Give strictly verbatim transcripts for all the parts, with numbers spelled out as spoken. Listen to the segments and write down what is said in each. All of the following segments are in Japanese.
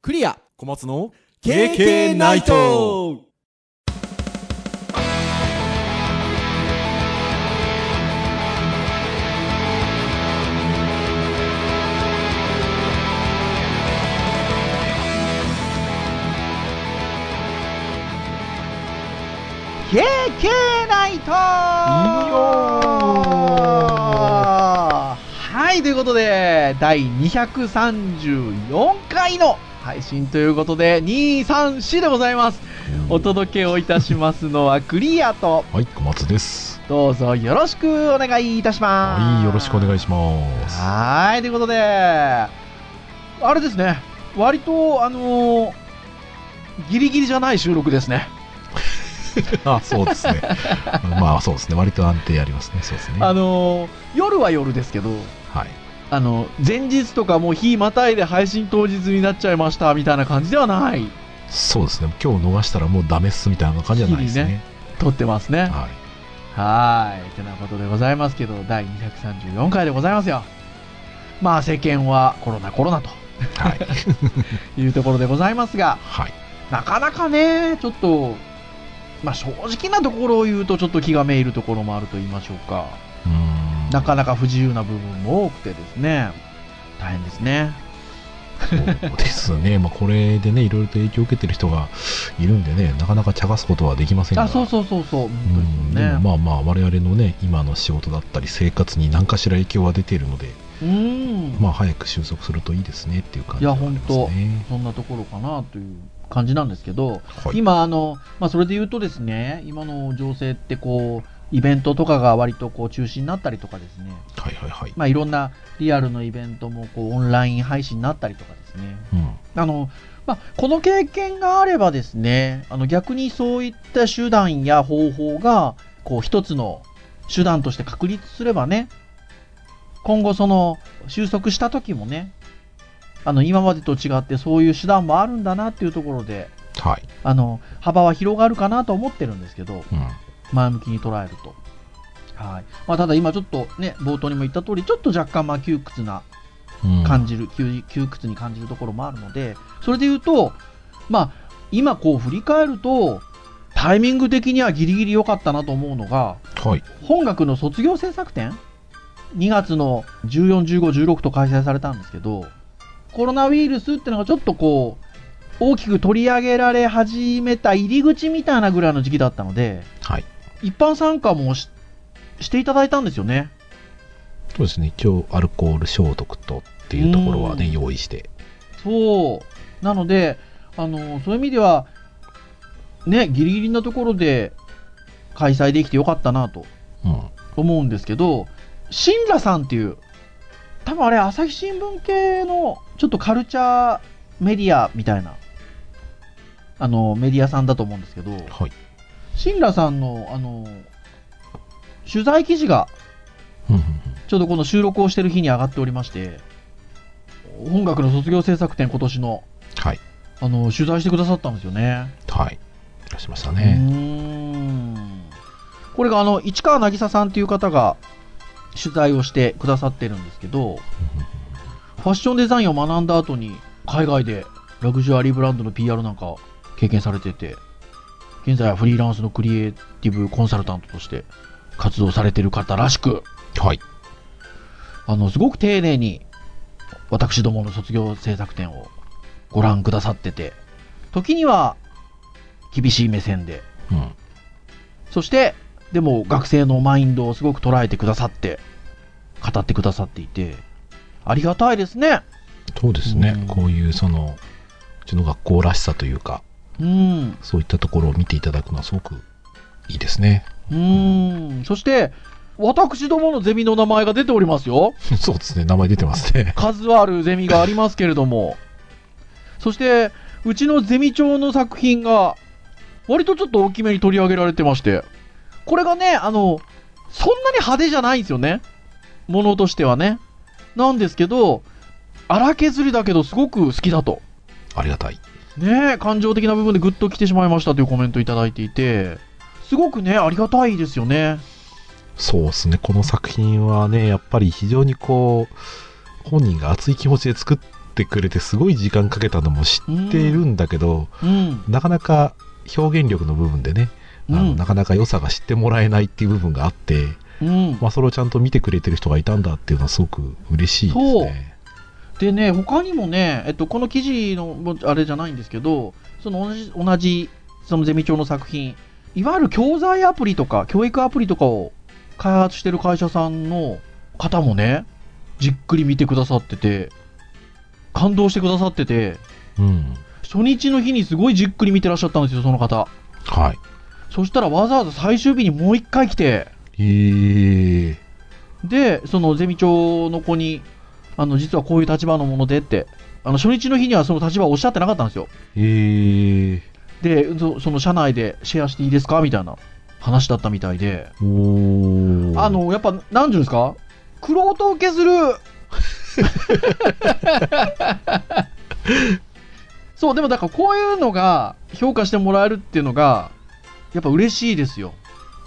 クリア小松のケーケー ナイト。 ケーケー ナイト。はい、ということでだいにひゃくさんじゅうよんかいの配信ということでにさんよんでございます。お届けをいたしますのはクリアと、 はい、小松です。 どうぞよろしくお願いいたします。 はい、よろしくお願いします。 はい、ということであれですね、割とあのー、ギリギリじゃない収録ですね。 あ、そうですね。まあそうですね、割と安定ありますね。そうですね。 あのー、夜は夜ですけど、 はい。 あの前日とかもう日またいで配信当日になっちゃいましたみたいな感じではない。 そうですね。今日逃したらもうダメっすみたいな感じじゃないですね。ね撮ってますね。 はい。 はい。てなことでございますけど、だいにひゃくさんじゅうよんかいでございますよ。まあ世間はコロナコロナと、はい、いうところでございますが、 はい。なかなかね、ちょっと、まあ正直なところを言うとちょっと気がめいるところもあると言いましょうか。 うーん。 なかなか不自由な部分も多くてですね、大変ですね。 そうですね。まあこれでね、いろいろと影響を受けてる人がいるんでね、なかなか茶化すことはできませんが。 あ、そうそうそうそう。 うん、でもまあまあ我々のね、今の仕事だったり生活に何かしら影響は出ているので、 うん、まあ早く収束するといいですねっていう感じがありますね。 いや本当そんなところかなという感じなんですけど、 はい、 今あの、まあ、それで言うとですね、今の情勢ってこうイベントとかが割とこう中止になったりとかですね、 はいはいはい、 まあ、いろんなリアルのイベントもこうオンライン配信になったりとかですね、 うん、 あのまあ、この経験があればですね、あの逆にそういった手段や方法がこう一つの手段として確立すればね、今後その収束した時もね、あの今までと違ってそういう手段もあるんだなっていうところで、 はい、 あの幅は広がるかなと思ってるんですけど、 うん、 前向きに捉えると、はいまあ、ただ今ちょっとね冒頭にも言った通りちょっと若干まあ窮屈な感じる、うん、窮屈に感じるところもあるので、それで言うとまあ今こう振り返るとタイミング的にはギリギリ良かったなと思うのが、 はい、 本学の卒業制作展にがつのじゅうよん、じゅうご、じゅうろくと開催されたんですけど、コロナウイルスってのがちょっとこう大きく取り上げられ始めた入り口みたいなぐらいの時期だったので、 はい、 一般参加も し, していただいたんですよね。 そうですね、一応アルコール消毒とっていうところはね用意して、 そうなのであのそういう意味ではねギリギリなところで開催できてよかったなと思うんですけど、うん、シンラさんっていう多分あれ朝日新聞系のちょっとカルチャーメディアみたいなあのメディアさんだと思うんですけど、 はい、 シンラさんのあの取材記事がちょうどこの収録をしている日に上がっておりまして、本学の卒業制作展今年の、 はい、 あの取材してくださったんですよね。 はい、いらっしゃいましたね。 うーん、これがあの市川渚さんという方が取材をしてくださってるんですけど、ファッションデザインを学んだ後に海外でラグジュアリーブランドの ピーアール なんか経験されてて、現在はフリーランスのクリエイティブコンサルタントとして活動されてる方らしく、 はい、 あのすごく丁寧に私どもの卒業制作展をご覧くださってて、時には厳しい目線で、 うん、 そしてでも学生のマインドをすごく捉えてくださって語ってくださっていてありがたいですね。 そうですね、うん、こういうそのうちの学校らしさというか、 うん、 そういったところを見ていただくのはすごくいいですね。 うーん、そして私どものゼミの名前が出ておりますよ。 そうですね、名前出てますね。 数あるゼミがありますけれども、そしてうちのゼミ長の作品が割とちょっと大きめに取り上げられてまして、これがねあのそんなに派手じゃないんですよね、ものとしてはね。なんですけど荒削りだけどすごく好きだと、 ありがたいね、感情的な部分でグッと来てしまいましたというコメントいただいていて、すごくねありがたいですよね。 そうですね、この作品はねやっぱり非常にこう本人が熱い気持ちで作っってくれてすごい時間かけたのも知っているんだけど、 うん、 なかなか表現力の部分でね、あの、 うん、 なかなか良さが知ってもらえないっていう部分があって、 うん、 まあ、それをちゃんと見てくれてる人がいたんだっていうのはすごく嬉しいですね。 でね、他にもね、えっと、この記事のあれじゃないんですけど、その同じ、同じそのゼミ長の作品、いわゆる教材アプリとか教育アプリとかを開発してる会社さんの方もね、じっくり見てくださってて、感動してくださってて、 うん、 初日の日にすごいじっくり見てらっしゃったんですよ、その方。 はい。 そしたらわざわざ最終日にもう一回来て、 へー。 で、そのゼミ長の子に、あの、実はこういう立場のものでって、あの、初日の日にはその立場をおっしゃってなかったんですよ。 へー。 で、そ, その社内でシェアしていいですかみたいな話だったみたいで、 おー。 あの、やっぱ、なんていうんですか、玄人受けするそう、でもだからこういうのが評価してもらえるっていうのが、やっぱ嬉しいですよ。 うん、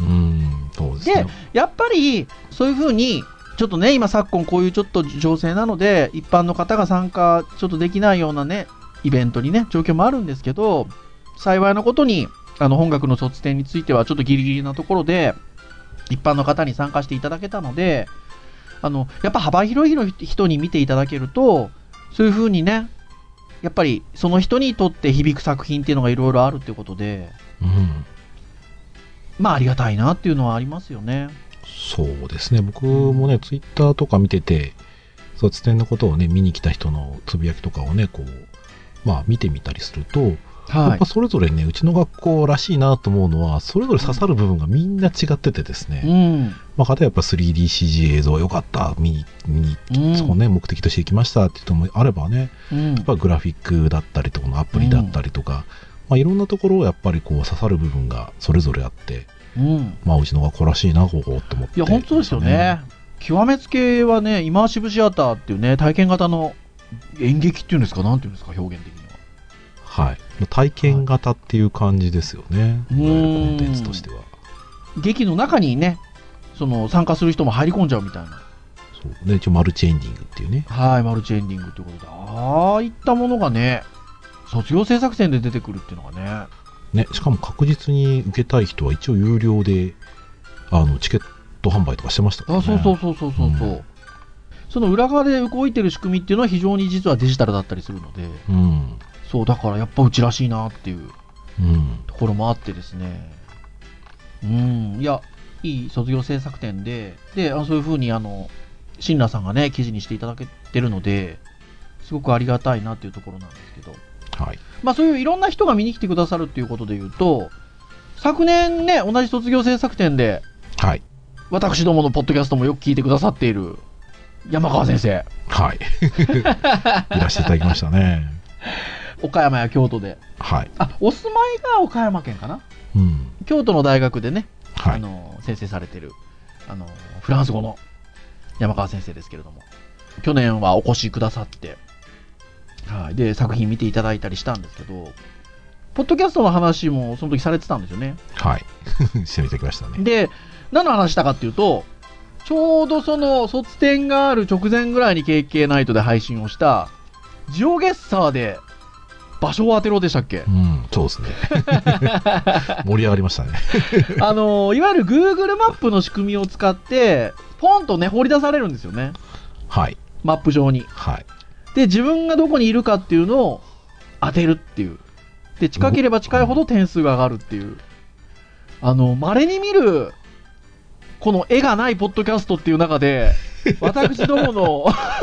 そうですね。 で、やっぱり、そういうふうに、ちょっとね、今昨今こういうちょっと情勢なので、一般の方が参加ちょっとできないようなね、イベントにね、状況もあるんですけど、幸いなことに、あの、本学の卒展についてはちょっとギリギリなところで、一般の方に参加していただけたので、あの、やっぱ幅広い人に見ていただけると、そういうふうにね、やっぱりその人にとって響く作品っていうのがいろいろあるっていうことで、 うん、 まあありがたいなっていうのはありますよね。 そうですね。僕もね、ツイッターとか見てて、卒展のことをね、見に来た人のつぶやきとかをね、こう、まあ見てみたりすると、はい、やっぱそれぞれね、うちの学校らしいなと思うのは、それぞれ刺さる部分がみんな違っててですね、うん、まあ、かたやっぱ スリーディーシージー 映像良かった、見に、見に、うん、そこね、目的として行きましたっていう人もあればね、うん、やっぱグラフィックだったりとかのアプリだったりとか、うん、まあ、いろんなところをやっぱりこう刺さる部分がそれぞれあって、うん、まあうちの学校らしいな、ここって思って、 いや、本当ですよね。極めつけはね、イマーシブシアターっていうね、体験型の演劇っていうんですか、なんていうんですか、表現的には。 はい。体験型っていう感じですよね。 はい、 いわゆるコンテンツとしては。 劇の中にね、その参加する人も入り込んじゃうみたいな。 そうね、一応マルチエンディングっていうね。 はい、マルチエンディングってことで、ああいったものがね、卒業制作展で出てくるっていうのがね。 ね、しかも確実に受けたい人は一応有料で、あの、チケット販売とかしてましたからね。 あ、そうそうそうそうそうそう、うん。その裏側で動いてる仕組みっていうのは非常に実はデジタルだったりするので、 うん、 そう、だからやっぱうちらしいなっていうところもあってですね、うん、いや、いい卒業制作展で、で、あそういうふうにあの、新羅さんがね、記事にしていただけてるので、すごくありがたいなっていうところなんですけど、 はい。 まあそういういろんな人が見に来てくださるっていうことでいうと、昨年ね、同じ卒業制作展で、 はい。 私どものポッドキャストもよく聞いてくださっている山川先生。 はい。いらしていただきましたね。 岡山や京都で。 はい。 あ、お住まいが岡山県かな。 うん。 京都の大学でね、 はい、 あの先生されてるあのフランス語の山川先生ですけれども、去年はお越しくださって、はい、で作品見ていただいたりしたんですけど、ポッドキャストの話もその時されてたんですよね。 はいしてみてきましたね。 で、何の話したかっていうと、ちょうどその卒展がある直前ぐらいに ケーケー ナイトで配信をしたジオゲッサーで場所を当てろでしたっけ。 うん、そうですね盛り上がりましたねあのいわゆる Google マップの仕組みを使ってポンとね放り出されるんですよね。 はい。 マップ上に。 はい。 で、自分がどこにいるかっていうのを当てるっていう。で、近ければ近いほど点数が上がるっていう。あの、稀に見る、この絵がないポッドキャストっていう中で、私どもの、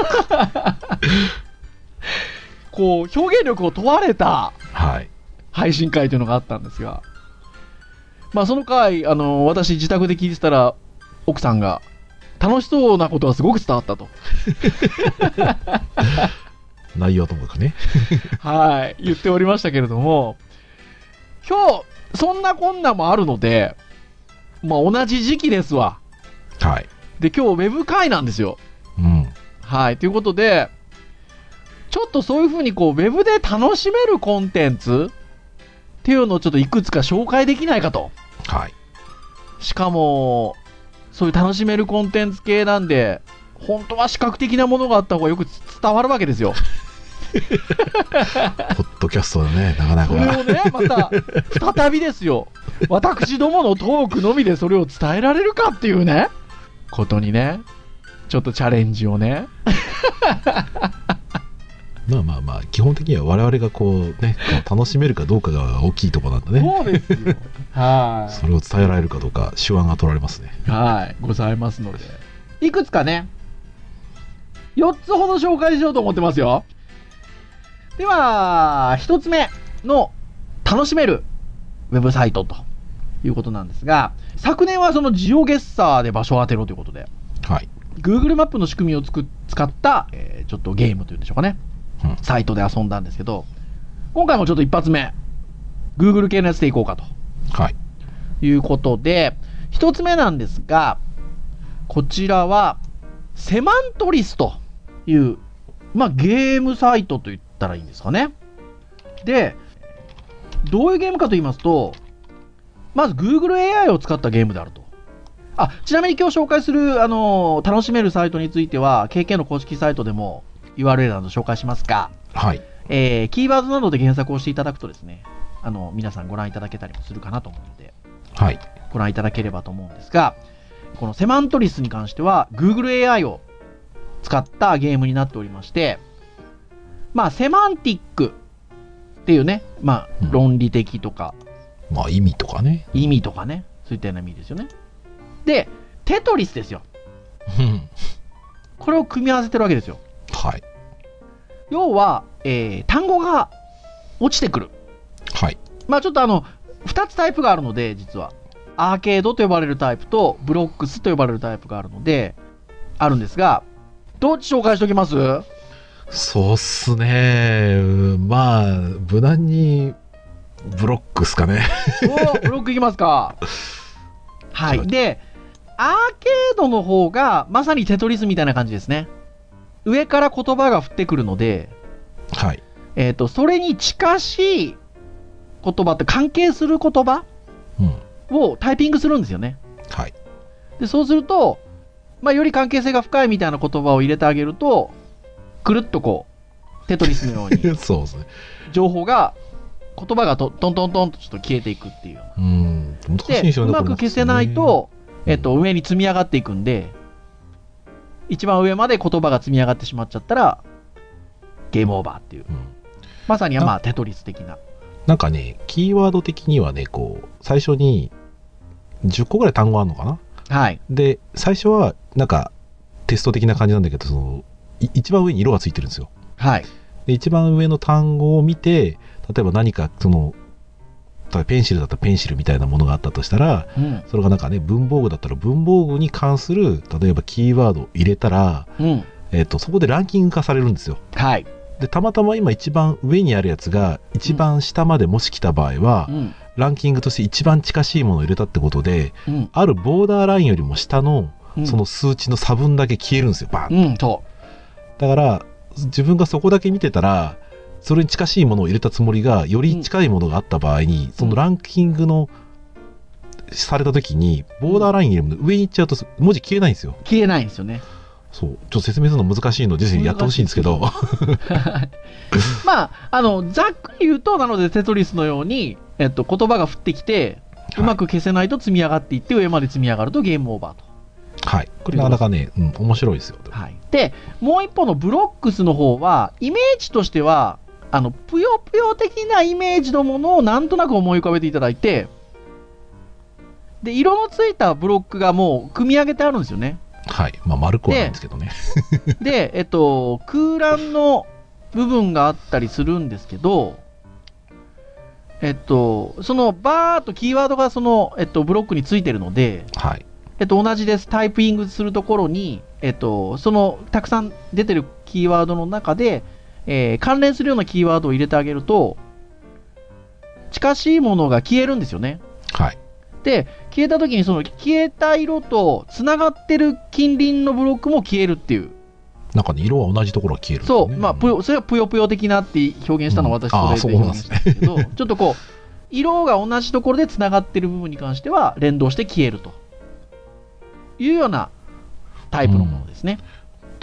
こう、表現力を問われた配信会というのがあったんですが、まあその回、あの、私自宅で聞いてたら、奥さんが、楽しそうなことがすごく伝わったと。 内容ともかねはい、言っておりましたけれども、今日、そんなこんなもあるので、まあ同じ時期ですわ。 はい。 で、今日ウェブ会なんですよ。 うん。 はい、ということで、ちょっとそういうふうにこう、ウェブで楽しめるコンテンツっていうのをちょっといくつか紹介できないかと。 はい。 しかも、そういう楽しめるコンテンツ系なんで、本当は視覚的なものがあった方がよく伝わるわけですよ。 ポッドキャストでね、なかなか。 それをね、また、再びですよ。私どものトークのみでそれを伝えられるかっていうね、ことにね、ちょっとチャレンジをね。 まあまあまあ、基本的には我々がこうね、楽しめるかどうかが大きいところなんだね。 そうですよ。はい。 それを伝えられるかどうか、手腕が取られますね。 はい、ございますので。いくつかね、よっつほど紹介しようと思ってますよ。では、ひとつめの楽しめるウェブサイトということなんですが、昨年はそのジオゲッサーで場所を当てろということで、 はい。 Google マップの仕組みをつく使った、えー、ちょっとゲームというんでしょうかね、うん、サイトで遊んだんですけど、今回もちょっと一発目、Google 系のやつでいこうかと。 はい。 いうことで、一つ目なんですが、こちらは、セマントリスという、まあ、ゲームサイトと言ったらいいんですかね。で、どういうゲームかと言いますと、まず Google エーアイ を使ったゲームであると。あ、ちなみに今日紹介する、あのー、楽しめるサイトについては、ケーケー の公式サイトでも ユーアールエル など紹介しますが、 はい。 えー、キーワードなどで検索をしていただくとですね、あの、皆さんご覧いただけたりもするかなと思うので、 はい。 ご覧いただければと思うんですが、このセマントリスに関しては Google エーアイ を使ったゲームになっておりまして、まあ、セマンティックっていうね、まあ、論理的とか、 うん、まあ、意味とかね。 意味とかね、そういったような意味ですよね。で、テトリスですよ。これを組み合わせてるわけですよ。 はい。 要は、えー、単語が落ちてくる。 はい。 まあ、ちょっとあの、ふたつタイプがあるので、実は。アーケードと呼ばれるタイプと、ブロックスと呼ばれるタイプがあるので、あるんですが、どっち紹介しておきます？ そうっすね。まあ、無難に、ブロックスかね。 おブロックいきますか。はい。で、アーケードの方が、まさにテトリスみたいな感じですね。上から言葉が降ってくるので、 はい。 えっと、それに近しい言葉って関係する言葉をタイピングするんですよね。 はい。 で、そうすると、まあ、より関係性が深いみたいな言葉を入れてあげると、くるっとこう、テトリスのように、 そうですね。 情報が、言葉がとトントントンとちょっと消えていくっていう。 うん。難しいですよね。 で、うまく消せないと、えっと、上に積み上がっていくんで、一番上まで言葉が積み上がってしまっちゃったら、ゲームオーバーっていう。うん、まさにはまあ、テトリス的な。 なんかね、キーワード的にはね、こう、最初にじゅっこぐらい単語あるのかな？ はい。 で、最初は、なんか、テスト的な感じなんだけど、その、一番上に色がついてるんですよ。 はい。 で、一番上の単語を見て、例えば何か、その、例えばペンシルだったらペンシルみたいなものがあったとしたら、うん、それがなんかね、文房具だったら文房具に関する、例えばキーワードを入れたら、うん、えっと、そこでランキング化されるんですよ。 はい。 で、たまたま今一番上にあるやつが、一番下までもし来た場合は、うん、ランキングとして一番近しいものを入れたってことで、うん、あるボーダーラインよりも下の、その数値の差分だけ消えるんですよ、バーン、 うん、そうだから自分がそこだけ見てたら、それに近しいものを入れたつもりがより近いものがあった場合に、うん、そのランキングのされた時にボーダーラインよりも上に行っちゃうと文字消えないんですよ。 消えないんですよね。 そう、ちょっと説明するの難しいのでぜひやってほしいんですけどまああのざっくり言うと、なのでテトリスのように、えっと、言葉が降ってきて、うまく消せないと積み上がっていって、はい、上まで積み上がるとゲームオーバーと。 はい、これなかなかね、うん、面白いですよ。 はい、でもう一方のブロックスの方は、イメージとしてはあのぷよぷよ的なイメージのものをなんとなく思い浮かべていただいて、で色のついたブロックがもう組み上げてあるんですよね。 はい、まあ丸くはないんですけどね。 で, で、えっと、空欄の部分があったりするんですけど、えっと、そのバーっとキーワードがその、えっと、ブロックについてるので、 はい、 えっと、同じです。タイピングするところに、えっと、そのたくさん出てるキーワードの中で、えー、関連するようなキーワードを入れてあげると、近しいものが消えるんですよね。 はい。 で、消えた時にその消えた色とつながってる近隣のブロックも消えるっていう。 なんかね、色は同じところが消える、ね。 そう、まあ、ぷよ、それはぷよぷよ的なって表現したのは私それで表現したんですけど、うん、ちょっとこう、色が同じところでつながってる部分に関しては連動して消えるというようなタイプのものですね。 うん、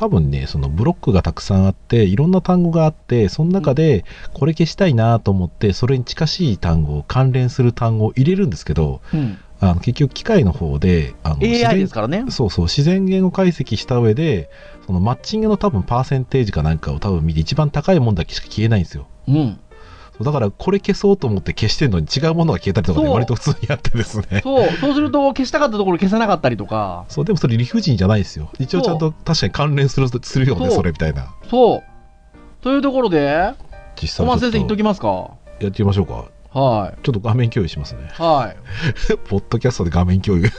多分ね、そのブロックがたくさんあって、いろんな単語があって、その中でこれ消したいなと思って、それに近しい単語、関連する単語を入れるんですけど、うん、あの結局機械の方で、あのエーアイ ですからね。 そうそう、自然言語解析した上で、そのマッチングの多分パーセンテージかなんかを多分見て、一番高いもんだけしか消えないんですよ。うん。だからこれ消そうと思って消してるのに違うものが消えたりとかね、割と普通にやってですね。 そう、そうすると消したかったところ消さなかったりとか。 そう、でもそれ理不尽じゃないですよ。一応ちゃんと確かに関連するするよね、それみたいな。 そう。というところで、実際小松先生言っときますか。 やってみましょうか。はい。ちょっと画面共有しますね。はい。ポッドキャストで画面共有。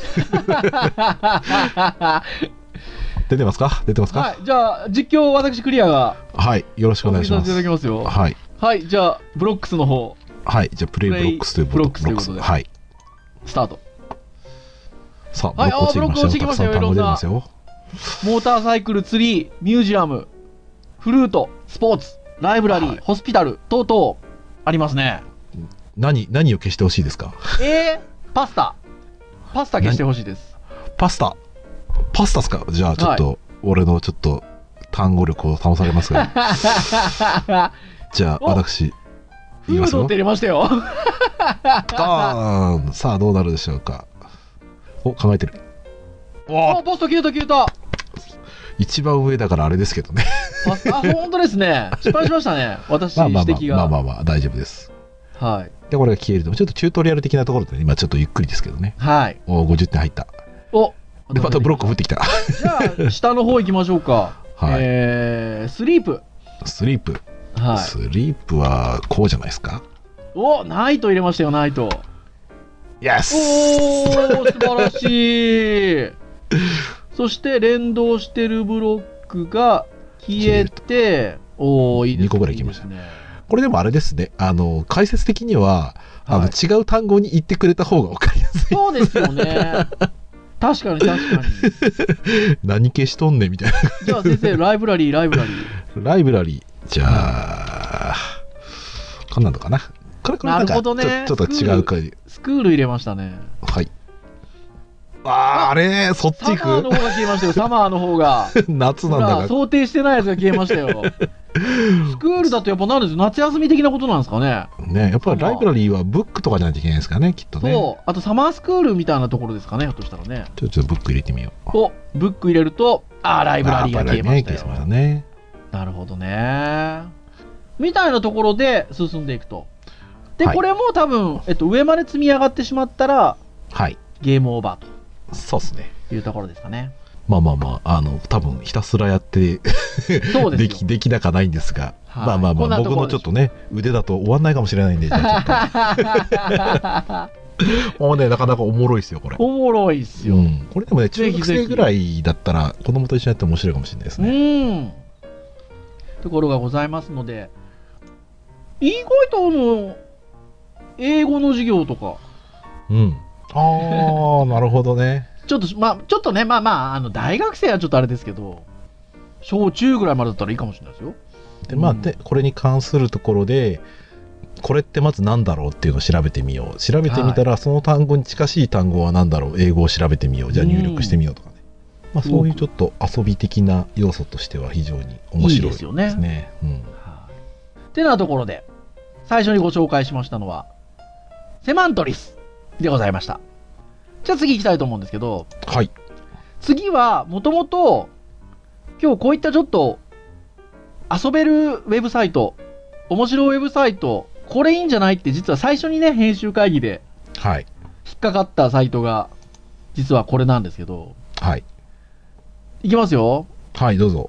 出てますか？出てますか？ はい。じゃあ実況私クリアが。 はい。よろしくお願いします。 いただきますよ。 はい。 はい。じゃあブロックスの方。 はい。じゃあプレイブロックスというブロックスということで。 はい。 スタート。 さあ、ブロック落ちてきましたよ。たくさん単語出てますよ。 モーターサイクル、ツリー、ミュージアム、フルート、スポーツ、ライブラリー、はい、ホスピタル等々ありますね。 何何を消してほしいですか？ えー、パスタ。パスタ消してほしいです。 パスタ。パスタっすか？じゃあちょっと、はい、俺のちょっと単語力を試されますが。じゃあ私言いますよ。フードって入れましたよ。 あーさあどうなるでしょうか。お、考えてる。 お、ポスト消えた消えた。 一番上だからあれですけどね。 あ、本当ですね。失敗しましたね。私指摘が。 まあまあまあまあまあ大丈夫です。 はい。 でこれが消えるとちょっとチュートリアル的なところで、ね、今ちょっとゆっくりですけどね。 はい。 お、ごじゅってん入った。 お。 でまたブロック降ってきた。 じゃあ下の方行きましょうか。はい。えー、スリープ。 スリープ。 はい。 スリープはこうじゃないですか。 お、ナイト入れましたよ、ナイト。 イエス。 おー、素晴らしい。そして連動してるブロックが消えて、おー、いいですね。 にこぐらい消えましたね。これでもあれですね、あの解説的には、はい、あの違う単語に言ってくれた方が分かりやすい。 そうですよね。確かに確かに。 何消しとんねんみたいな。 じゃあ先生、ライブラリー、ライブラリー。ライブラリー。じゃあ、こんなのかな。これこれなんかなるほど、ね、ちょっと違うか。 スクール入れましたね。 はい。あー、あれそっち行く。サマーの方が消えましたよ、サマーの方が。 夏なんだから。 想定してないやつが消えましたよ。スクールだとやっぱ何です夏休み的なことなんですかね。 ね、やっぱりライブラリーはブックとかじゃないといけないですかね、きっとね。 そう、あとサマースクールみたいなところですかね、ひょっとしたらね。 ちょっとブック入れてみよう。 お、ブック入れると、あー、ライブラリーが消えましたよ。 消えましたね。 なるほどね。みたいなところで進んでいくと。で、はい、これも多分、えっと、上まで積み上がってしまったら、 はい、 ゲームオーバーと。 そうですね。 いうところですかね。 まあまあまあ、あの、多分ひたすらやってそうですでき、できなかないんですが、はい、まあまあまあ、僕のちょっとね、腕だと終わんないかもしれないんで、じゃあちょっと。もうね、なかなかおもろいですよ、これ。 おもろいっすよ。うん、 これでもね、中学生ぐらいだったら、子供と一緒にやって面白いかもしれないですね。 うん。ところがございますので、意外とあの、英語の授業とか。 うん。ああ、なるほどね。 ちょっと、まあ、ちょっとね、まあまあ、あの、大学生はちょっとあれですけど、小中ぐらいまでだったらいいかもしれないですよ。 で、まあ、で、これに関するところで、これってまず何だろうっていうのを調べてみよう。調べてみたら、はい、その単語に近しい単語は何だろう。英語を調べてみよう。じゃあ入力してみようとかね。まあ、そういうちょっと遊び的な要素としては非常に面白いですね。いいですよね。うん。はい。 ってなところで、最初にご紹介しましたのは、セマントリスでございました。じゃあ次行きたいと思うんですけど、 はい。 次は、もともと、今日こういったちょっと、遊べるウェブサイト、面白いウェブサイト、これいいんじゃないって実は最初にね、編集会議で、 はい。 引っかかったサイトが、実はこれなんですけど、 はい。 いきますよ。 はい、どうぞ。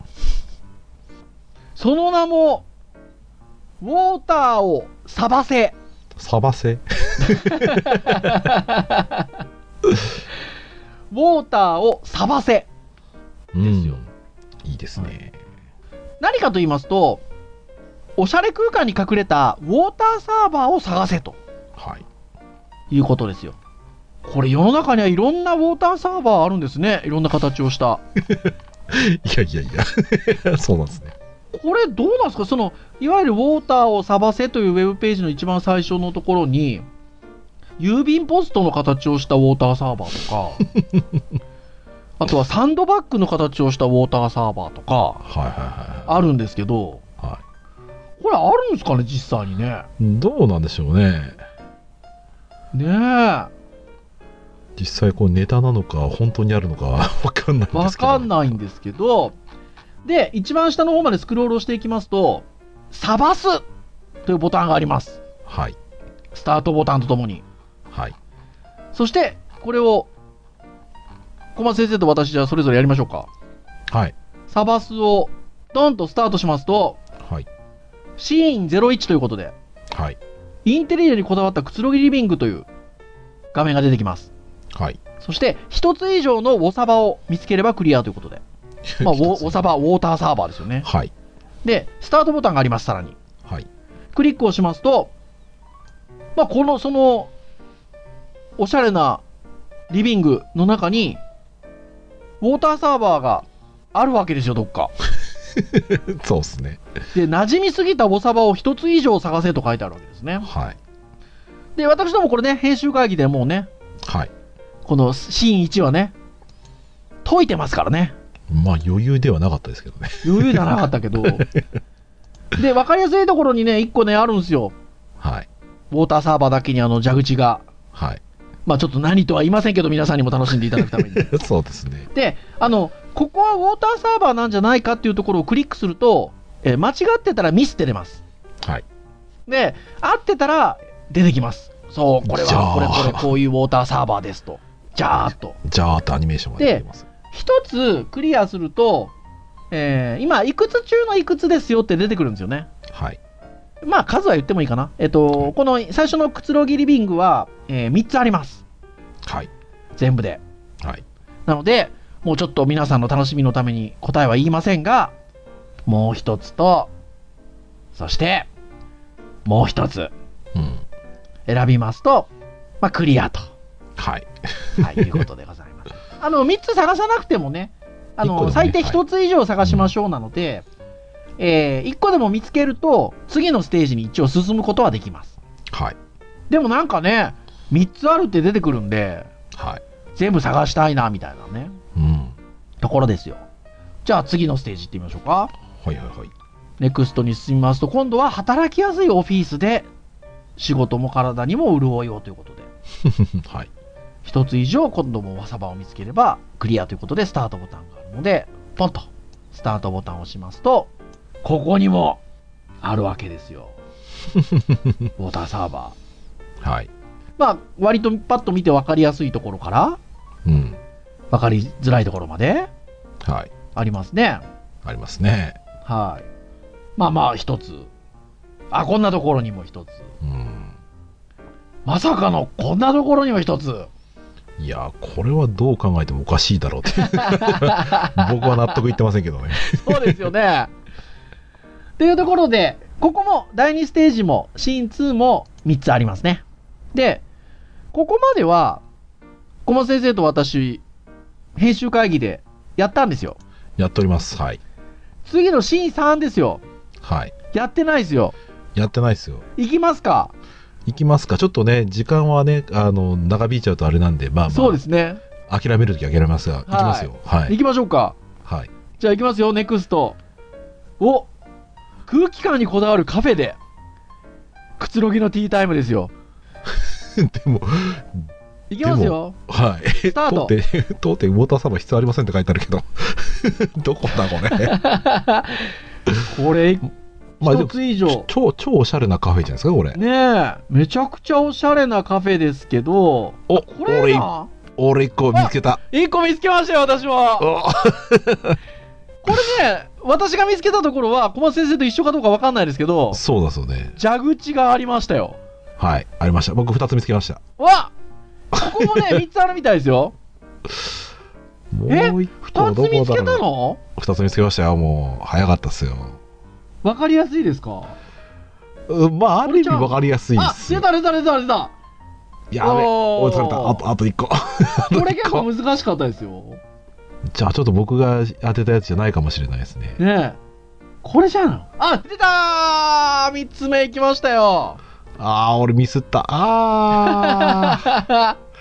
その名も、ウォーターをサバせ。 サバせウォーターをサバせですよ、うん、 いいですね、はい、 何かと言いますと、おしゃれ空間に隠れたウォーターサーバーを探せと、 はい、 いうことですよ。これ世の中にはいろんなウォーターサーバーあるんですね。いろんな形をしたいやいやいやそうなんですね。 これどうなんですか。そのいわゆるウォーターをサバせというウェブページの一番最初のところに郵便ポストの形をしたウォーターサーバーとかあとはサンドバッグの形をしたウォーターサーバーとかはいはいはいあるんですけど、 はこれあるんですかね実際にね。 い。どうなんでしょうね。 ねえ。 実際こうネタなのか本当にあるのかわかんないんでわすけど。 かんないんですけど、で一番下の方までスクロールをしていきますと、サバスというボタンがあります。 はい。 スタートボタンとともに。 はい。 そしてこれを小松先生と私じゃそれぞれやりましょうか。 はい。 サバスをドンとスタートしますと、 はい。 シーンゼロいちということで、 はい。 インテリアにこだわったくつろぎリビングという画面が出てきます。 はい。 そして一つ以上のウォサバを見つければクリアということで、まあ、ウォウォサバウォーターサーバーですよね。 はい。 でスタートボタンがあります。さらにはい。 クリックをしますと、まあ、このそのおしゃれなリビングの中にウォーターサーバーがあるわけですよ、どっか。 そうですね。 で馴染みすぎたウォサバを一つ以上探せと書いてあるわけですね。 はい。 で私どもこれね、編集会議でもうね、 はい。 このシーンいちはね解いてますからね。 まあ余裕ではなかったですけどね。 余裕じゃなかったけどで分かりやすいところにねいっこねあるんですよ。 はい。 ウォーターサーバーだけにあの蛇口が、 はい。 まあちょっと何とは言いませんけど、皆さんにも楽しんでいただくためにそうですね。 で、あのここはウォーターサーバーなんじゃないかっていうところをクリックすると、えー間違ってたらミスって出ます。 はい。 で合ってたら出てきます。そう、これじゃあはこれこれこういうウォーターサーバーですと、じゃーっとじゃあとアニメーションが出てきます。 一つクリアすると、えー今いくつ中のいくつですよって出てくるんですよね。 はい。 まあ数は言ってもいいかな。えっと、この最初のくつろぎリビングは、えーみっつあります。 はい。 全部で。 はい。 なので、もうちょっと皆さんの楽しみのために答えは言いませんが、もう一つと、そして、もう一つうん。 選びますと、まあクリアと、 はい。 はい、いうことでございます。あの、みっつ探さなくてもね、あの、 一個でもね最低ひとつ以上探しましょうなので、えーいっこでも見つけると、次のステージに一応進むことはできます。 はい。 でもなんかね、みっつあるって出てくるんで、 はい。 全部探したいな、みたいなね、 うん。 ところですよ。じゃあ次のステージ行ってみましょうか。 はいはいはい。 ネクストに進みますと、今度は働きやすいオフィスで、仕事も体にも潤いをということで、 はい。 一つ以上今度もわさばを見つければクリアということで、スタートボタンがあるので、ポンとスタートボタンを押しますと、ここにもあるわけですよ。ウォーターサーバー。 はい。 まあ、割とパッと見て分かりやすいところから、 うん。 分かりづらいところまではい。 ありますね。 ありますね。 はい。まあまあ、一つ。あ、こんなところにも一つ。 うん。 まさかのこんなところにも一つ。 いや、これはどう考えてもおかしいだろうって。僕は納得いってませんけどね。 そうですよね。というところで、ここもだいにステージもシーンにもみっつありますね。で、ここまでは小松先生と私、編集会議でやったんですよ。 やっております。はい。 次のシーンさんですよ。 はい。 やってないですよ。 やってないですよ。 行きますか。 行きますか。ちょっとね、時間はね、あの、長引いちゃうとあれなんで、まあまあ。 そうですね。 諦めるときは諦めますが、行きますよ。はい。 行きましょうか。 はい。 じゃあ行きますよ、ネクスト。お、空気感にこだわるカフェで、くつろぎのティータイムですよ。 でも、 行きますよ。 はい。 スタート。 当店、当店ウォーターサーバー必要ありませんって書いてあるけど。どこだこれ。 これ、 まあ一つ以上。 超、超おしゃれなカフェじゃないですか、これ。 ねえ、めちゃくちゃおしゃれなカフェですけど、 お、 これな、 俺一個見つけた。 一個見つけましたよ、私も。これね、私が見つけたところは小松先生と一緒かどうか分かんないですけど、 そうだそうね。 蛇口がありましたよ。 はい、ありました。僕ふたつ見つけました。 わっ、ここもねみっつあるみたいですよ。 もえ、 う一ふたつ個どこだろう。 見つけたの？ ふたつ見つけましたよ。もう早かったっすよ。 分かりやすいですか？ うん、まあある意味分かりやすいですよ。 あ、出た出た出た出た。 やべ、追いつかれた。あとあといっこ。ここれ結構難しかったですよ。 じゃあちょっと僕が当てたやつじゃないかもしれないですね。 ねえ、これじゃん。あ、出たー、みっつめいきましたよ。 あー、俺ミスった。あー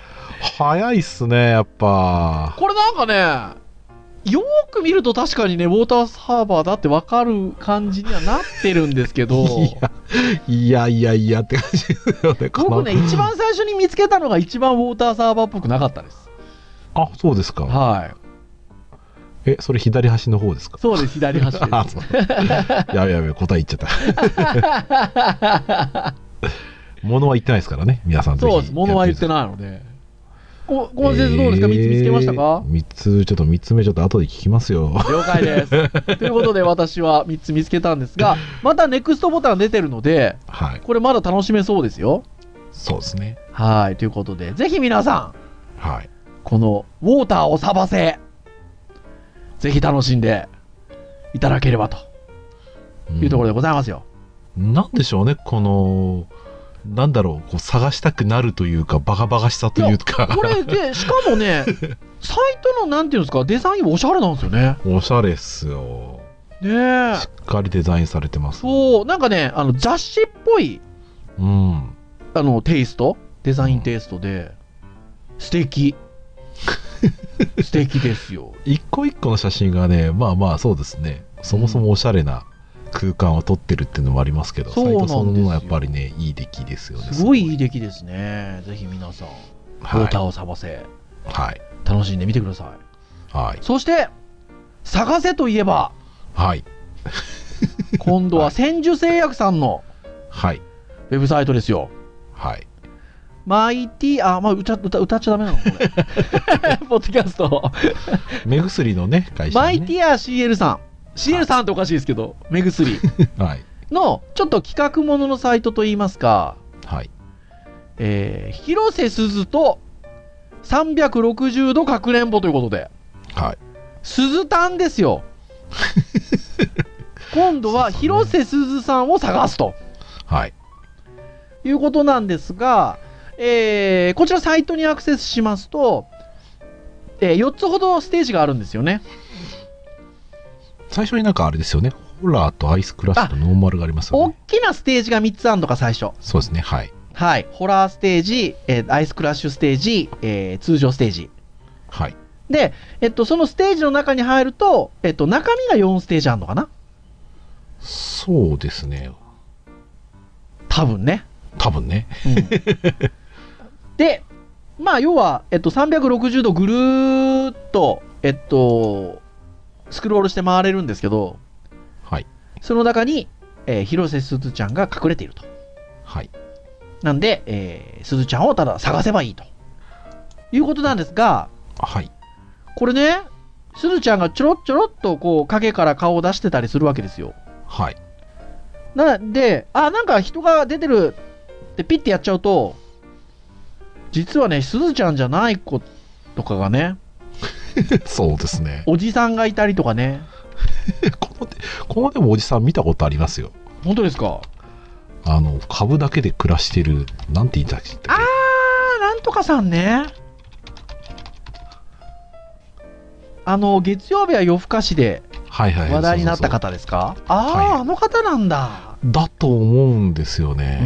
早いっすね、やっぱ。 これなんかね、よーく見ると確かにね、ウォーターサーバーだって分かる感じにはなってるんですけど、 いやいやいやいやって感じですよね。 僕ね、一番最初に見つけたのが一番ウォーターサーバーっぽくなかったです。 あ、そうですか。 はい。 え、それ左端の方ですか？ そうです、左端です。 あ、そう。やべやべ、答え言っちゃった。物は言ってないですからね、皆さんぜひ。 そうです、物は言ってないので。こ小松先生どうですか、みっつ見つけましたか？ みっつ、ちょっとみっつめちょっと後で聞きますよ。 了解です。ということで私はみっつ見つけたんですが、またネクストボタン出てるので、はい、これまだ楽しめそうですよ。 そうですね。 はい、ということで、ぜひ皆さん、はい、 このウォーターをサバせ、ぜひ楽しんでいただければというところでございますよ。 うん、なんでしょうね、この、なんだろう、こう探したくなるというか、バカバカしさというか。 これで、しかもね、サイトのなんていうんですか、デザインおしゃれなんですよね。 おしゃれっすよ。 ねえ。 しっかりデザインされてます。 そう、なんかね、あの雑誌っぽい、 うん、 あのテイスト、デザインテイストで、うん、素敵。素敵ですよ。 一個一個の写真がね、まあまあそうですね。そもそもおしゃれな。うん空間を撮ってるっていうのもありますけど、サイトそのものはやっぱりね、いい出来ですよね。 すごいいい出来ですね。ぜひ皆さん、はい、ウォーターを探せ、 はい、 楽しんでみてください。はい、そして、探せといえば、 はい、 今度は千住製薬さんの、 はい、 ウェブサイトですよ。 はい。 マイティー、あ、まあ、歌、歌、歌っちゃダメなのこれ。ポッドキャスト。 目薬のね、会社、ね。 マイティア シーエル さん。シーエル さんっておかしいですけど、目薬のちょっと企画もののサイトといいますか、はい、えー、広瀬すずとさんびゃくろくじゅうどかくれんぼということで、はい、すずたんですよ。今度は広瀬すずさんを探すと、はい、いうことなんですが、えー、こちらサイトにアクセスしますと、えー、よっつほどステージがあるんですよね。 最初になんかあれですよね、ホラーとアイスクラッシュとノーマルがありますよね。 大きなステージがみっつあるのか、最初。 そうですね、はい。 はい、ホラーステージ、えー、アイスクラッシュステージ、えー、通常ステージ。はい。で、えっと、そのステージの中に入ると、えっと、中身がよんステージあるのかな？ そうですね。 多分ね。 多分ね。 うん、で、まあ、要は、えっと、さんびゃくろくじゅうどぐるーっと、えっと、スクロールして回れるんですけど、はい、その中に、えー、広瀬すずちゃんが隠れていると。はい、なんで、えー、すずちゃんをただ探せばいいということなんですが、はい、これね、すずちゃんがちょろっちょろっとこう影から顔を出してたりするわけですよ。はい、なんで、あ、なんか人が出てるってピッてやっちゃうと、実はね、すずちゃんじゃない子とかがね、 そうですね。 おじさんがいたりとかね。 この、このでもおじさん見たことありますよ。 本当ですか？ あの、株だけで暮らしてる、なんて言ったっけ？ あー、なんとかさんね。あの、月曜日は夜更かしで話題になった方ですか？あー、はい、あの方なんだ。 だと思うんですよね。 うん。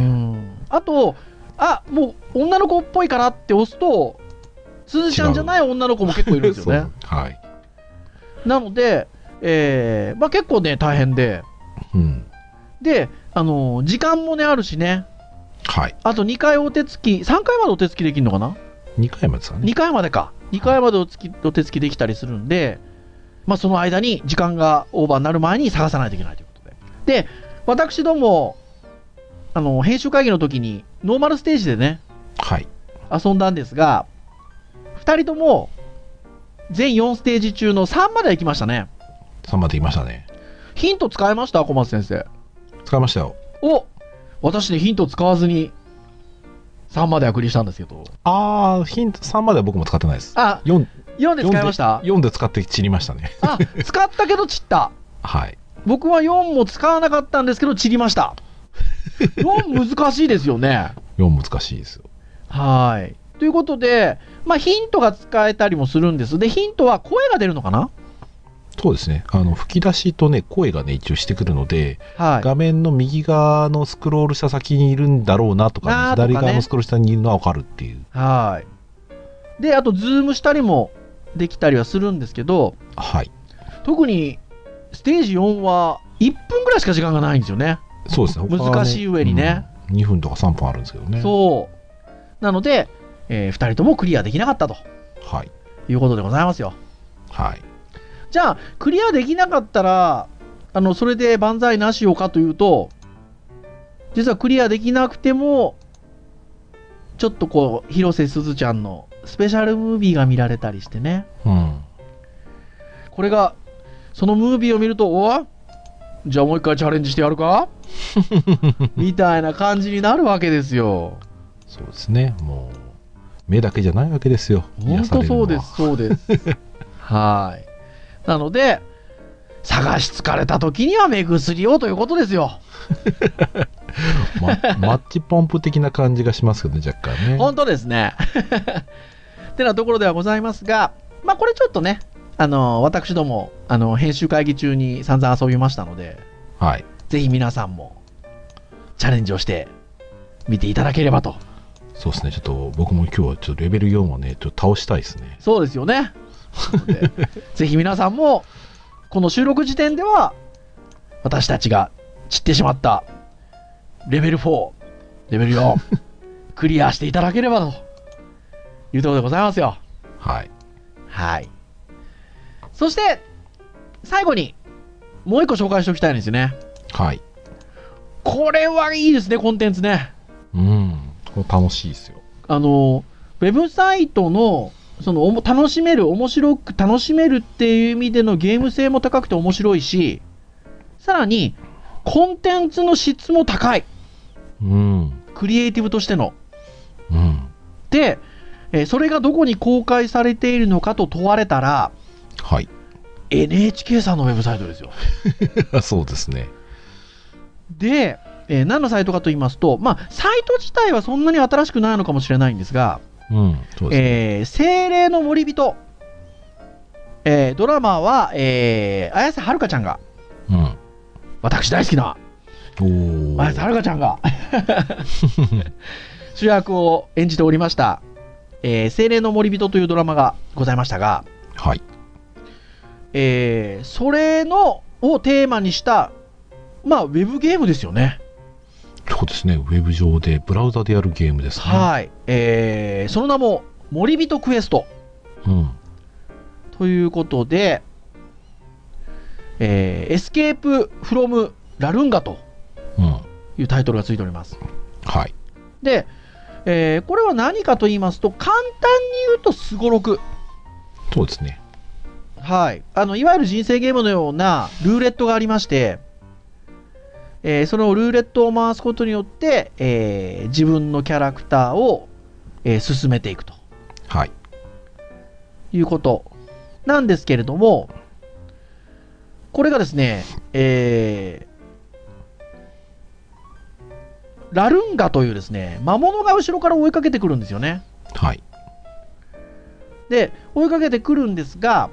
あと、あ、もう女の子っぽいからって押すと、すずちゃんじゃない女の子も結構いるんですよね。はい、なので、えーまあ、結構ね大変で、うん、で、あのー、時間もねあるしね、はい、あとにかいお手つき、さんかいまでお手つきできるのかな？ にかいまでですかね。 にかいまでか、にかいまでおつきお手つきできたりするんで、まあ、その間に時間がオーバーになる前に探さないといけないということで、で私どもあの編集会議の時にノーマルステージでね、はい、遊んだんですが、ふたりとも全よんステージ中のさんまで行きましたね。 さんまで行きましたね。 ヒント使いました？小松先生。 使いましたよ。 お、私ねヒント使わずにさんまでアクリしたんですけど。 ああ、ヒントさんまでは僕も使ってないです。 あ、よん, よんで使いました？ よん で, で使って散りましたね。 あ、使ったけど散った。はい。僕はよんも使わなかったんですけど散りました。よん難しいですよね。 よん難しいですよ。 はい。ということで、まあ、ヒントが使えたりもするんです。で、ヒントは声が出るのかな？ そうですね。あの吹き出しとね、声がね、一応してくるので、はい、画面の右側のスクロールした先にいるんだろうなとか、ね、左側のスクロール下にいるのは分かるっていう。はい。 で、あと、ズームしたりもできたりはするんですけど、 はい。 特に、ステージよんはいっぷんぐらいしか時間がないんですよね。 そうですね。 難しい上にね、 うん。にふんとかさんぷんあるんですけどね。 そう。なので、えー、ふたりともクリアできなかったと。 はい。 いうことでございますよ。 はい。 じゃあ、クリアできなかったら、あの、それで万歳なしようかというと、実はクリアできなくても、ちょっとこう、広瀬すずちゃんのスペシャルムービーが見られたりしてね。 うん。 これが、そのムービーを見ると、おじゃあもう一回チャレンジしてやるかみたいな感じになるわけですよ。 そうですね。もう、目だけじゃないわけですよ。 本当そうです、そうです。はい。なので、探し疲れた時には目薬をということですよ。 ま、マッチポンプ的な感じがしますけどね、若干ね。 本当ですね。ってなところではございますが、まあこれちょっとね、あの私どもあの編集会議中に散々遊びましたので、 はい、 ぜひ皆さんもチャレンジをしてみていただければと。 そうですね、ちょっと僕も今日はちょっとレベルよんをね、ちょっと倒したいですね。 そうですよね。ぜひ皆さんもこの収録時点では私たちが散ってしまったレベルフォー、レベルよんクリアしていただければというところでございますよ。 はい。 はい。そして最後にもう一個紹介しておきたいんですよね。 はい。 これはいいですね、コンテンツね。 うん。これ楽しいですよ。 あのウェブサイトのそのおも楽しめる、面白く楽しめるっていう意味でのゲーム性も高くて面白いし、さらにコンテンツの質も高い。 うん。 クリエイティブとしての。 うん。 で、えーそれがどこに公開されているのかと問われたら、 はい。 エヌエイチケー さんのウェブサイトですよ。 そうですね。 で、えー何のサイトかと言いますと、まあ、サイト自体はそんなに新しくないのかもしれないんですが、 うん、そうですね。 えー精霊の森人、えードラマは、えー綾瀬はるかちゃんが、 うん。 私大好きなおー。 綾瀬はるかちゃんが主役を演じておりました、えー精霊の森人というドラマがございましたが、 はい。 えーそれのをテーマにした、まあ、ウェブゲームですよね。 そうですね。ウェブ上で、ブラウザでやるゲームですね。 はい。えーその名も、森人クエスト。 うん。 ということで、えーエスケープフロムラルンガとうん。 いうタイトルがついております。 はい。 で、えーこれは何かと言いますと、簡単に言うとすごろく。 そうですね。 はい。あの、いわゆる人生ゲームのようなルーレットがありまして、えーそのルーレットを回すことによって、えー自分のキャラクターを、えー進めていくとはい。 いうことなんですけれども、これがですね、えーラルンガというですね、魔物が後ろから追いかけてくるんですよね。 はい。 で、追いかけてくるんですが、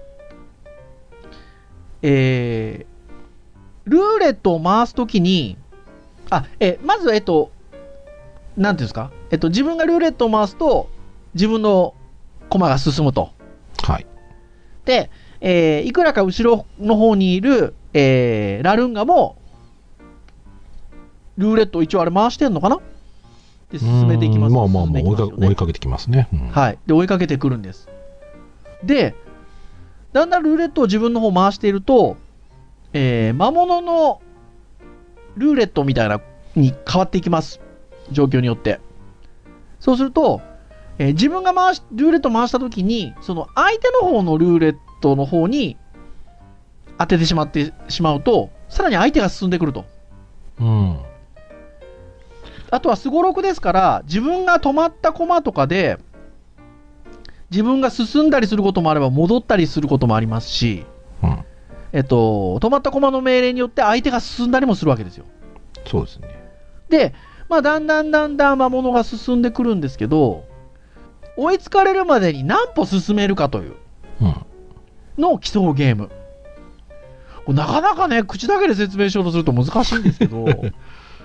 えールーレットを回すときに、あ、え、まず、えっと、なんていうんですか、えっと、自分がルーレットを回すと、自分の駒が進むと。 はい。 で、えーいくらか後ろの方にいる、えーラルンガも、ルーレットを一応あれ回してんのかなで、進めていきます。 まあまあまあ、追いか進んでいきますよね追いかけてきますね。うん、 はい。で、追いかけてくるんです。で、だんだんルーレットを自分の方回していると、えー魔物のルーレットみたいなに変わっていきます。状況によって。そうすると、えー自分が回し、ルーレット回したときに、その相手の方のルーレットの方に当ててしまってしまうと、さらに相手が進んでくると。 うん。 あとはすごろくですから、自分が止まった駒とかで、自分が進んだりすることもあれば、戻ったりすることもありますし、 うん。 えっと、止まった駒の命令によって相手が進んだりもするわけですよ。 そうですね。 で、まあ、だんだんだんだん魔物が進んでくるんですけど、追いつかれるまでに何歩進めるかといううん。 のを競うゲーム。これなかなかね、口だけで説明しようとすると難しいんですけど、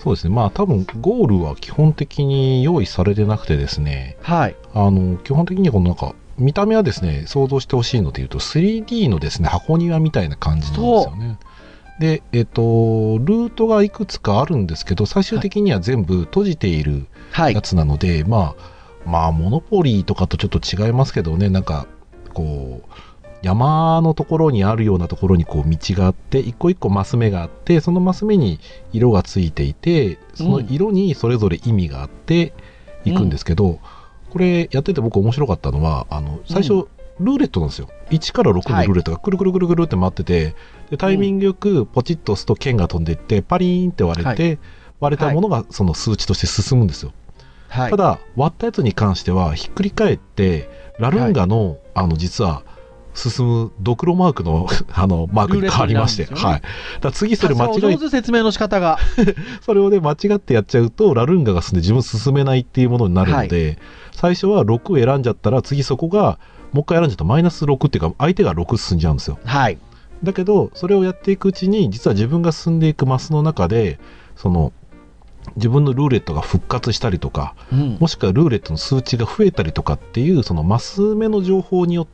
そうですね。まあ多分ゴールは基本的に用意されてなくてですね。 はい。 あの、基本的にこのなんか、見た目はですね、想像してほしいので言うと スリーディー のですね、箱庭みたいな感じなんですよね。で、えっと、ルートがいくつかあるんですけど、最終的には全部閉じているやつなので、はい、まあ、まあ、モノポリーとかとちょっと違いますけどね、なんか、こう、山のところにあるようなところにこう道があって、一個一個マス目があって、そのマス目に色がついていて、その色にそれぞれ意味があっていくんですけど、うん、これやってて僕面白かったのは、あの、最初、うんルーレットなんですよ。いちからろくのルーレットがくるくるくるくるって回ってて、はい、でタイミングよくポチッと押すと剣が飛んでいってパリーンって割れて、はい、割れたものがその数値として進むんですよ、はい、ただ割ったやつに関してはひっくり返ってラルンガの、はい、あの実は進むドクロマークのあのマークに変わりまして、ね、はい、だ次それ間違え上手説明の仕方がそれをね間違ってやっちゃうとラルンガが進んで自分進めないっていうものになるので、はい、最初はろくを選んじゃったら次そこがもう一回選んじゃうとマイナスろくっていうか相手がろく進んじゃうんですよ。 はい。 だけどそれをやっていくうちに実は自分が進んでいくマスの中でその自分のルーレットが復活したりとか、うん、もしくはルーレットの数値が増えたりとかっていうそのマス目の情報によって、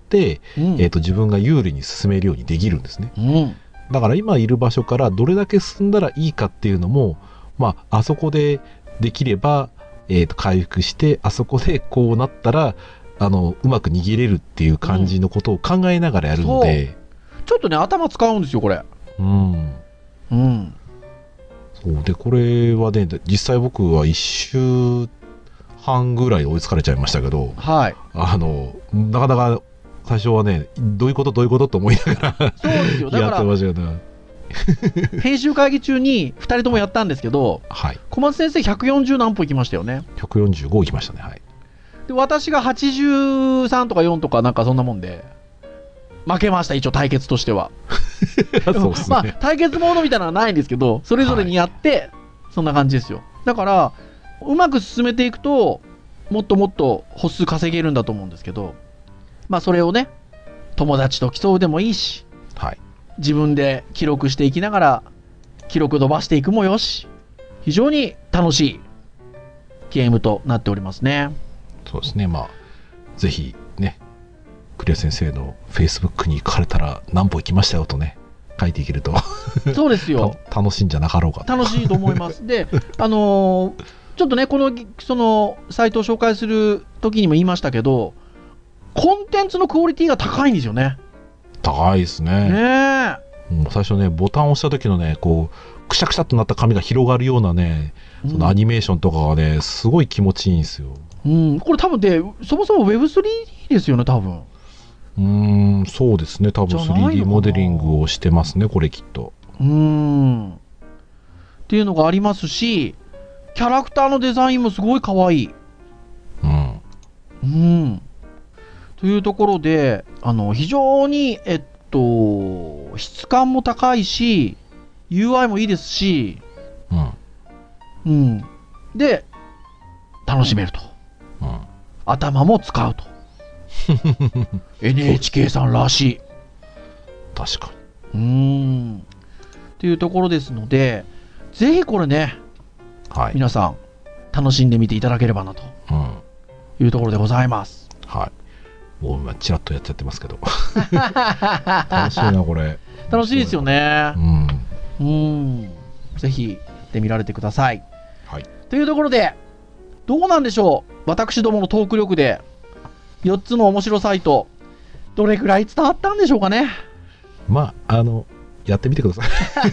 うんえーと、自分が有利に進めるようにできるんですね、うん、だから今いる場所からどれだけ進んだらいいかっていうのも、まあ、あそこでできれば、えーと、回復してあそこでこうなったらあのうまく握れるっていう感じのことを考えながらやるので、 うん、ちょっとね頭使うんですよこれ。 うんうんそうでこれはね実際僕はいっしゅうはんぐらい追いつかれちゃいましたけど、 はい、 あのなかなか最初はねどういうことどういうことと思いながらそうですよだからやってましたよね編集会議中にふたりともやったんですけど、 はい、 小松先生ひゃくよんじゅう何歩いきましたよね。 ひゃくよんじゅうごいきましたね。はいで私がはちじゅうさんとかよんとかなんかそんなもんで負けました一応対決としてはそうですね、まあ対決モードみたいなのはないんですけどそれぞれにやって、はい、そんな感じですよ。だからうまく進めていくともっともっと歩数稼げるんだと思うんですけどまあそれをね友達と競うでもいいし、はい、自分で記録していきながら記録伸ばしていくもよし非常に楽しいゲームとなっておりますね。 そうですね。まあぜひねクリア先生のフェイスブックに行かれたら何歩行きましたよとね書いていけるとそうですよ楽しいんじゃなかろうかと。 楽しいと思いますであのー、ちょっとねこのそのサイトを紹介する時にも言いましたけどコンテンツのクオリティが高いんですよね。 高いですね。 ねえもう最初ねボタンを押した時のねこうくしゃくしゃっとなった紙が広がるようなねそのアニメーションとかがねすごい気持ちいいんですよ。 うん、これ多分でそもそも ウェブスリーディー ですよね多分。 うーんそうですね多分 スリーディー モデリングをしてますねこれきっと。 うーんっていうのがありますしキャラクターのデザインもすごい可愛い。 うんうんというところであの非常にえっと質感も高いし ユーアイ もいいですし、うん、うん、で楽しめると、うん、頭も使うとエヌエイチケー さんらしい。 確かにうーんっていうところですのでぜひこれね、はい、皆さん楽しんでみていただければなというところでございます。 はいもう今チラッとやっちゃってますけど楽しいなこれ。 楽しいですよね。 うんうんぜひやってみられてください、 はい、 というところでどうなんでしょう私どものトーク力でよっつの面白サイトどれくらい伝わったんでしょうかね。 まああのやってみてくださ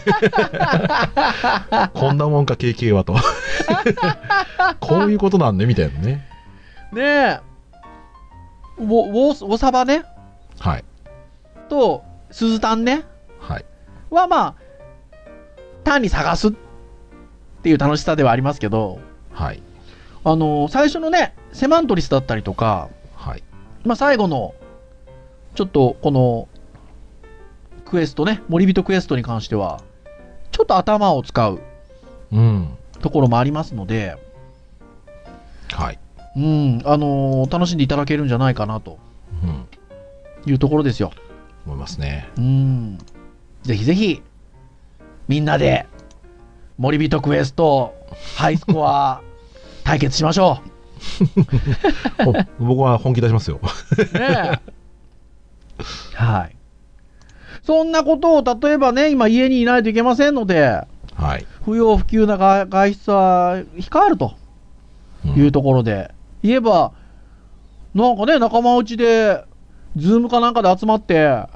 いこんなもんか ケーケー はとこういうことなんねみたいなね。 ねえウォウサバねはいとスズタンねはいはまあ単に探すっていう楽しさではありますけど、 はい、 あの最初のねセマントリスだったりとか、 はいまあ、最後のちょっとこのクエストね森人クエストに関してはちょっと頭を使うところもありますので、 うん、はいうんあのー、楽しんでいただけるんじゃないかなというところですよ。 思いますね。 うんぜひぜひみんなで森人クエストハイスコア対決しましょう僕は本気出しますよねえはいそんなことを例えばね今家にいないといけませんので、はい、不要不急な外出は控えるというところで、うん、言えばなんかね仲間内でズームかなんかで集まって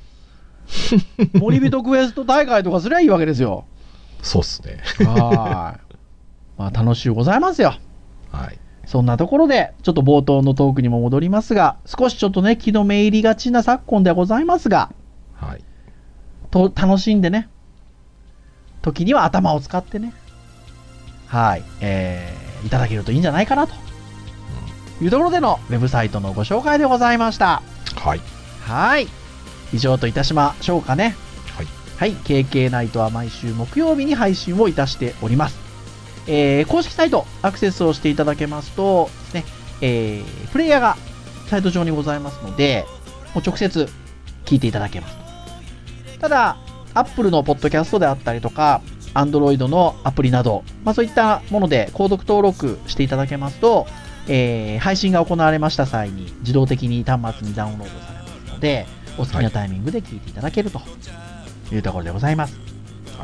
森人クエスト大会とかすりゃいいわけですよ。 そうっすねはい、まあ、楽しゅうございますよ。 はい、 そんなところでちょっと冒頭のトークにも戻りますが少しちょっとね気のめいりがちな昨今ではございますが、はい、と楽しんでね時には頭を使ってねはい、えー、いただけるといいんじゃないかなというところでのウェブサイトのご紹介でございました。 はいはい以上といたしましょうかね。 はい、 はい、ケーケー ナイトは毎週木曜日に配信をいたしております。えー、公式サイトアクセスをしていただけますとですね、えー、プレイヤーがサイト上にございますのでもう直接聞いていただけます。ただ Apple のポッドキャストであったりとか Android のアプリなど、まあ、そういったもので購読登録していただけますと、えー、配信が行われました際に自動的に端末にダウンロードされますのでお好きなタイミングで聞いていただけるというところでございます。はい、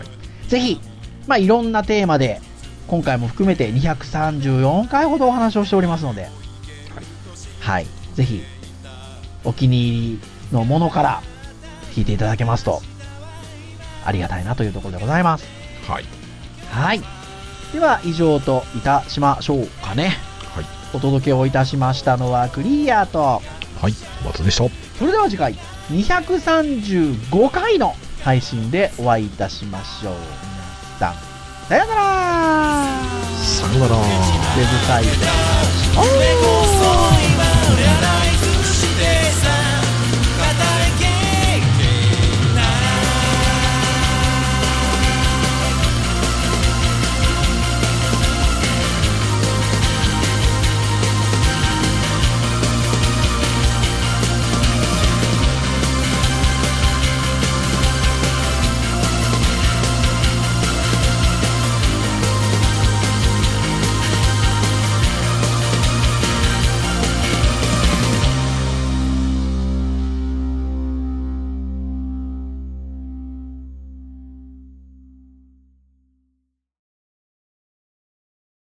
ぜひ、まあ、いろんなテーマで今回も含めてにひゃくさんじゅうよんかいほどお話をしておりますので、はい、はい、ぜひお気に入りのものから聞いていただけますとありがたいなというところでございます。 はい、 はい、では以上といたしましょうかね。はい、お届けをいたしましたのはクリアとはい松でした。 それでは次回にひゃくさんじゅうごかいの配信でお会いいたしましょう。皆さんさよなら。 さよなら。ウェブサイト